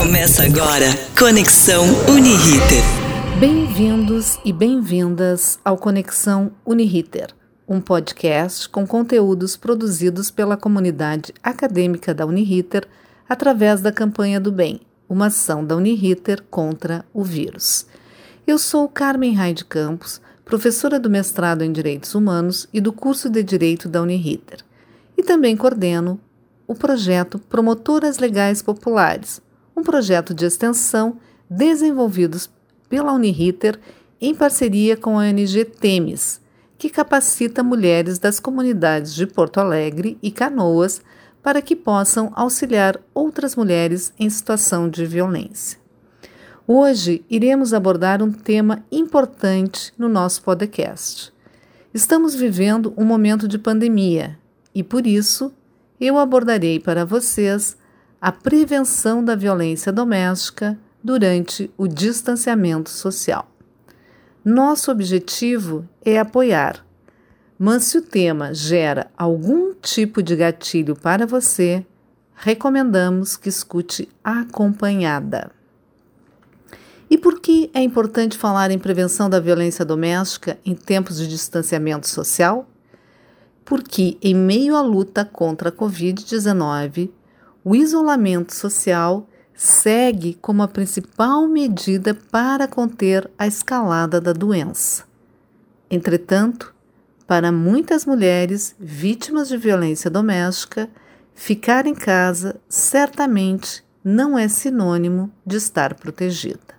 Começa agora, Conexão Uniriter. Bem-vindos e bem-vindas ao Conexão Uniriter, um podcast com conteúdos produzidos pela comunidade acadêmica da Uniriter através da Campanha do Bem, uma ação da Uniriter contra o vírus. Eu sou Carmen Raide Campos, professora do mestrado em Direitos Humanos e do curso de Direito da Uniriter, e também coordeno o projeto Promotoras Legais Populares, um projeto de extensão desenvolvido pela Uniriter em parceria com a ONG Temis, que capacita mulheres das comunidades de Porto Alegre e Canoas para que possam auxiliar outras mulheres em situação de violência. Hoje iremos abordar um tema importante no nosso podcast. Estamos vivendo um momento de pandemia e, por isso, eu abordarei para vocês a prevenção da violência doméstica durante o distanciamento social. Nosso objetivo é apoiar, mas se o tema gera algum tipo de gatilho para você, recomendamos que escute acompanhada. E por que é importante falar em prevenção da violência doméstica em tempos de distanciamento social? Porque, em meio à luta contra a Covid-19, o isolamento social segue como a principal medida para conter a escalada da doença. Entretanto, para muitas mulheres vítimas de violência doméstica, ficar em casa certamente não é sinônimo de estar protegida.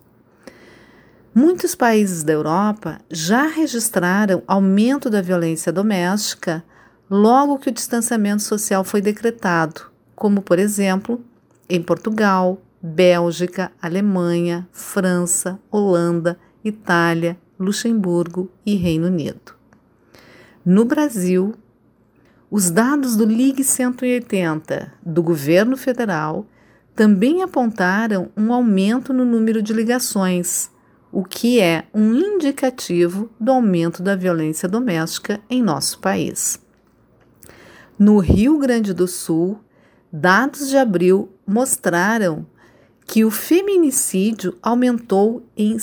Muitos países da Europa já registraram aumento da violência doméstica logo que o distanciamento social foi decretado, como, por exemplo, em Portugal, Bélgica, Alemanha, França, Holanda, Itália, Luxemburgo e Reino Unido. No Brasil, os dados do Ligue 180 do governo federal também apontaram um aumento no número de ligações, o que é um indicativo do aumento da violência doméstica em nosso país. No Rio Grande do Sul, dados de abril mostraram que o feminicídio aumentou em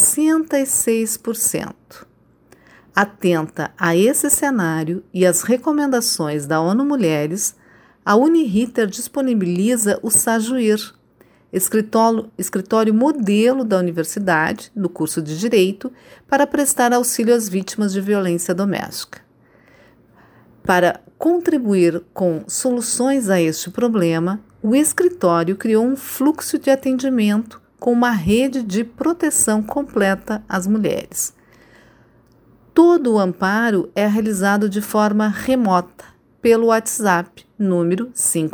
66%. Atenta a esse cenário e às recomendações da ONU Mulheres, a Uniriter disponibiliza o Sajuir, escritório modelo da universidade, no curso de Direito, para prestar auxílio às vítimas de violência doméstica. Para contribuir com soluções a este problema, o escritório criou um fluxo de atendimento com uma rede de proteção completa às mulheres. Todo o amparo é realizado de forma remota pelo WhatsApp, número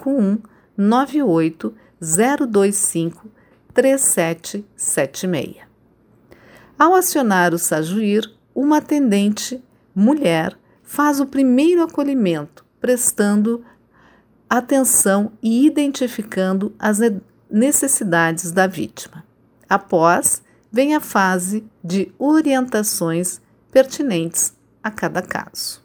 510253776. Ao acionar o Sajuir, uma atendente mulher faz o primeiro acolhimento, prestando atenção e identificando as necessidades da vítima. Após, vem a fase de orientações pertinentes a cada caso.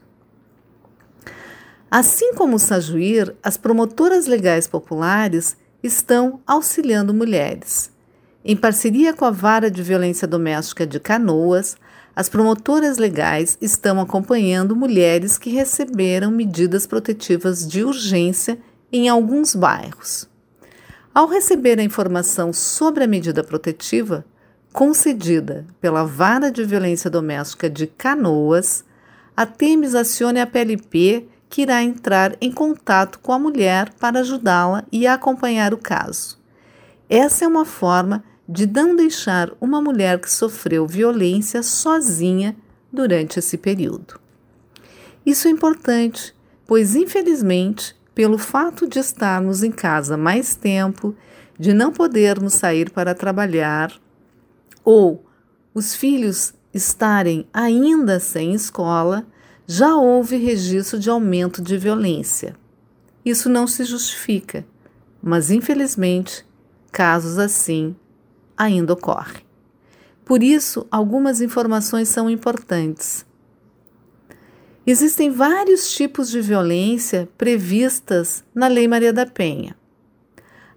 Assim como o Sajuir, as promotoras legais populares estão auxiliando mulheres. Em parceria com a Vara de Violência Doméstica de Canoas, as promotoras legais estão acompanhando mulheres que receberam medidas protetivas de urgência em alguns bairros. Ao receber a informação sobre a medida protetiva, concedida pela Vara de Violência Doméstica de Canoas, a Temis aciona a PLP, que irá entrar em contato com a mulher para ajudá-la e acompanhar o caso. Essa é uma forma de não deixar uma mulher que sofreu violência sozinha durante esse período. Isso é importante, pois, infelizmente, pelo fato de estarmos em casa mais tempo, de não podermos sair para trabalhar, ou os filhos estarem ainda sem escola, já houve registro de aumento de violência. Isso não se justifica, mas, infelizmente, casos assim ainda ocorrem. Por isso, algumas informações são importantes. Existem vários tipos de violência previstas na Lei Maria da Penha.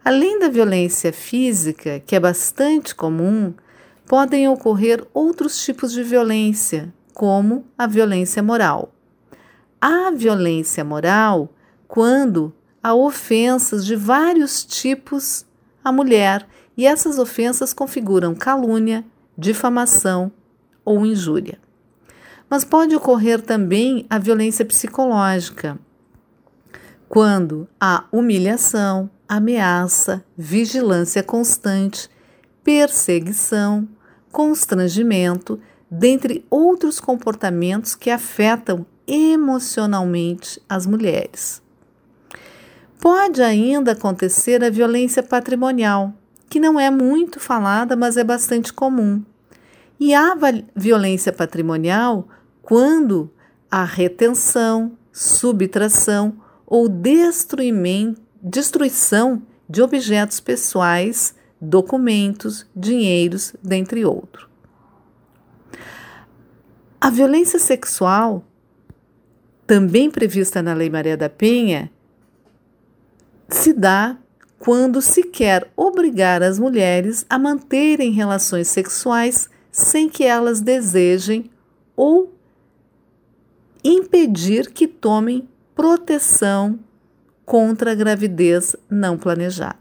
Além da violência física, que é bastante comum, podem ocorrer outros tipos de violência, como a violência moral. Há violência moral quando há ofensas de vários tipos à mulher e essas ofensas configuram calúnia, difamação ou injúria. Mas pode ocorrer também a violência psicológica, quando há humilhação, ameaça, vigilância constante, perseguição, constrangimento, dentre outros comportamentos que afetam emocionalmente as mulheres. Pode ainda acontecer a violência patrimonial, que não é muito falada, mas é bastante comum. E há violência patrimonial quando há retenção, subtração ou destruição de objetos pessoais, documentos, dinheiros, dentre outros. A violência sexual, também prevista na Lei Maria da Penha, se dá quando se quer obrigar as mulheres a manterem relações sexuais sem que elas desejem ou impedir que tomem proteção contra a gravidez não planejada.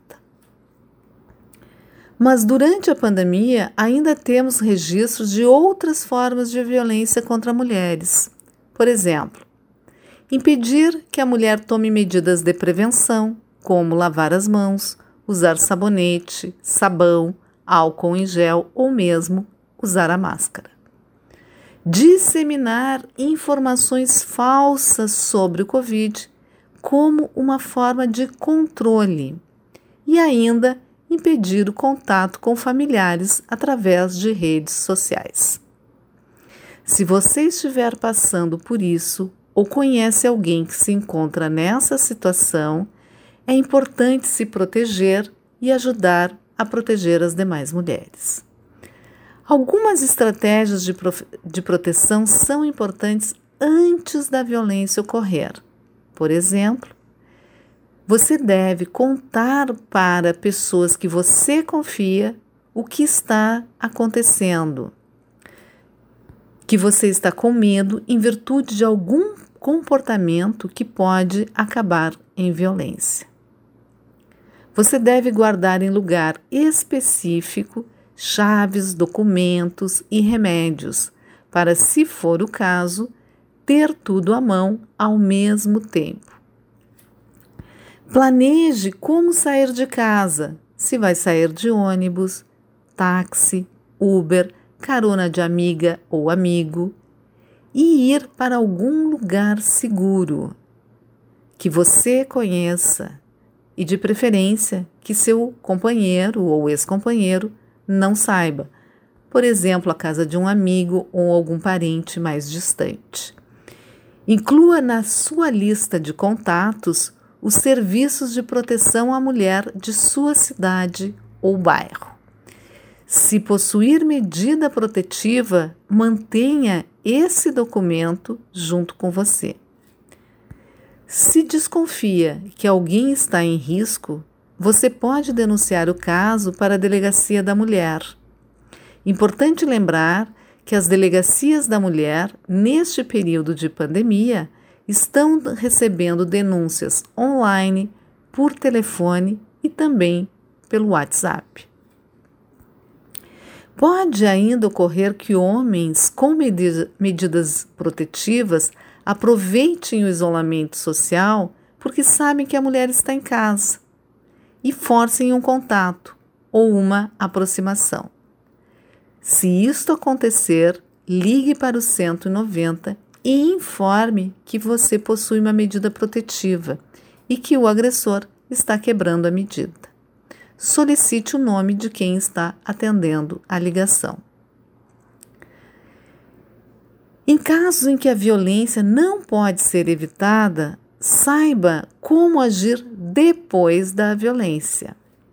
Mas durante a pandemia ainda temos registros de outras formas de violência contra mulheres. Por exemplo, impedir que a mulher tome medidas de prevenção, como lavar as mãos, usar sabonete, sabão, álcool em gel ou mesmo usar a máscara. Disseminar informações falsas sobre o Covid como uma forma de controle e ainda impedir o contato com familiares através de redes sociais. Se você estiver passando por isso ou conhece alguém que se encontra nessa situação, é importante se proteger e ajudar a proteger as demais mulheres. Algumas estratégias de proteção são importantes antes da violência ocorrer. Por exemplo, você deve contar para pessoas que você confia o que está acontecendo, que você está com medo em virtude de algum comportamento que pode acabar em violência. Você deve guardar em lugar específico chaves, documentos e remédios, para, se for o caso, ter tudo à mão ao mesmo tempo. Planeje como sair de casa, se vai sair de ônibus, táxi, Uber, carona de amiga ou amigo, e ir para algum lugar seguro, que você conheça e, de preferência, que seu companheiro ou ex-companheiro não saiba, por exemplo, a casa de um amigo ou algum parente mais distante. Inclua na sua lista de contatos os serviços de proteção à mulher de sua cidade ou bairro. Se possuir medida protetiva, mantenha esse documento junto com você. Se desconfia que alguém está em risco, você pode denunciar o caso para a Delegacia da Mulher. Importante lembrar que as delegacias da mulher, neste período de pandemia, estão recebendo denúncias online, por telefone e também pelo WhatsApp. Pode ainda ocorrer que homens com medidas protetivas aproveitem o isolamento social porque sabem que a mulher está em casa e forcem um contato ou uma aproximação. Se isto acontecer, ligue para o 190 e informe que você possui uma medida protetiva e que o agressor está quebrando a medida. Solicite o nome de quem está atendendo a ligação. Em casos em que a violência não pode ser evitada, saiba como agir depois da violência.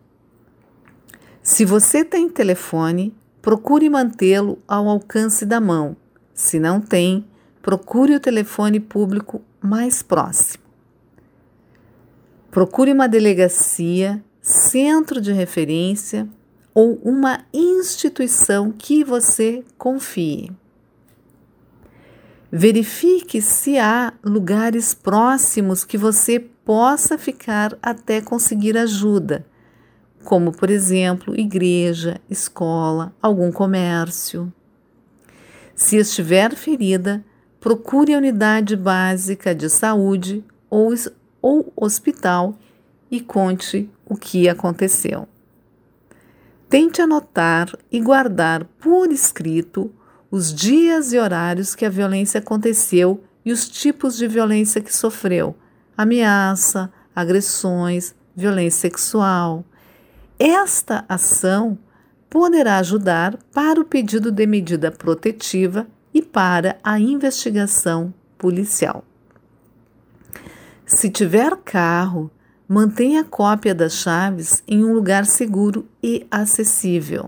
Se você tem telefone, procure mantê-lo ao alcance da mão. Se não tem, procure o telefone público mais próximo. Procure uma delegacia centro de referência ou uma instituição que você confie. Verifique se há lugares próximos que você possa ficar até conseguir ajuda, como, por exemplo, igreja, escola, algum comércio. Se estiver ferida, procure a unidade básica de saúde ou hospital e conte o que aconteceu. Tente anotar e guardar por escrito os dias e horários que a violência aconteceu e os tipos de violência que sofreu: ameaça, agressões, violência sexual. Esta ação poderá ajudar para o pedido de medida protetiva e para a investigação policial. Se tiver carro, mantenha a cópia das chaves em um lugar seguro e acessível.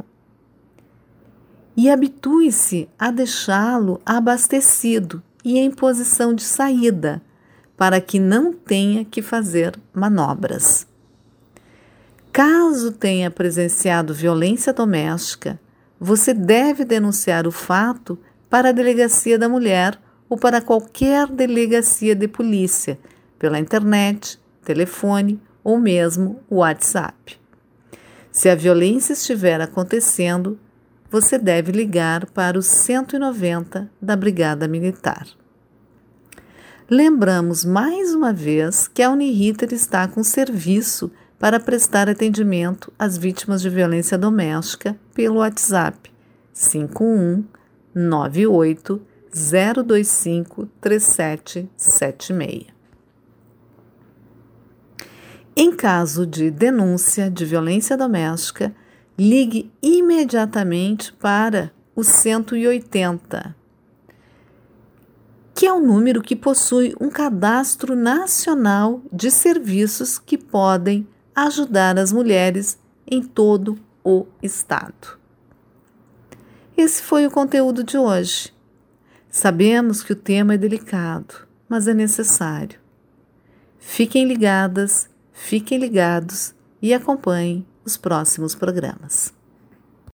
E habitue-se a deixá-lo abastecido e em posição de saída, para que não tenha que fazer manobras. Caso tenha presenciado violência doméstica, você deve denunciar o fato para a Delegacia da Mulher ou para qualquer delegacia de polícia, pela internet, telefone ou mesmo WhatsApp. Se a violência estiver acontecendo, você deve ligar para o 190 da Brigada Militar. Lembramos mais uma vez que a Uniriter está com serviço para prestar atendimento às vítimas de violência doméstica pelo WhatsApp 51 98 025 3776. Em caso de denúncia de violência doméstica, ligue imediatamente para o 180, que é um número que possui um cadastro nacional de serviços que podem ajudar as mulheres em todo o estado. Esse foi o conteúdo de hoje. Sabemos que o tema é delicado, mas é necessário. Fiquem ligadas, fiquem ligados e acompanhem os próximos programas.